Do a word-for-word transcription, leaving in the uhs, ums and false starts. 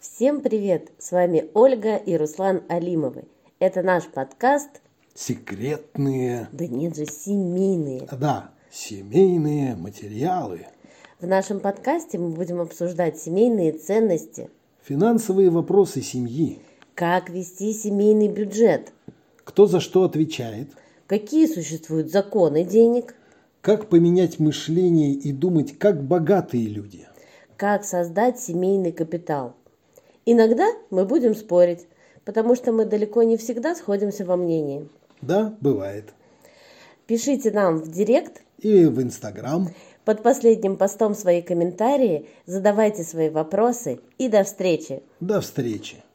Всем привет! С вами Ольга и Руслан Алимовы. Это наш подкаст «Секретные...» Да нет же, семейные. Да, семейные материалы. В нашем подкасте мы будем обсуждать семейные ценности, Финансовые вопросы семьи. как вести семейный бюджет, Кто за что отвечает. какие существуют законы денег, Как поменять мышление и думать, как богатые люди. как создать семейный капитал. Иногда мы будем спорить, потому что мы далеко не всегда сходимся во мнении. Да, бывает. Пишите нам в директ И в Инстаграм. под последним постом свои комментарии, задавайте свои вопросы и до встречи! До встречи.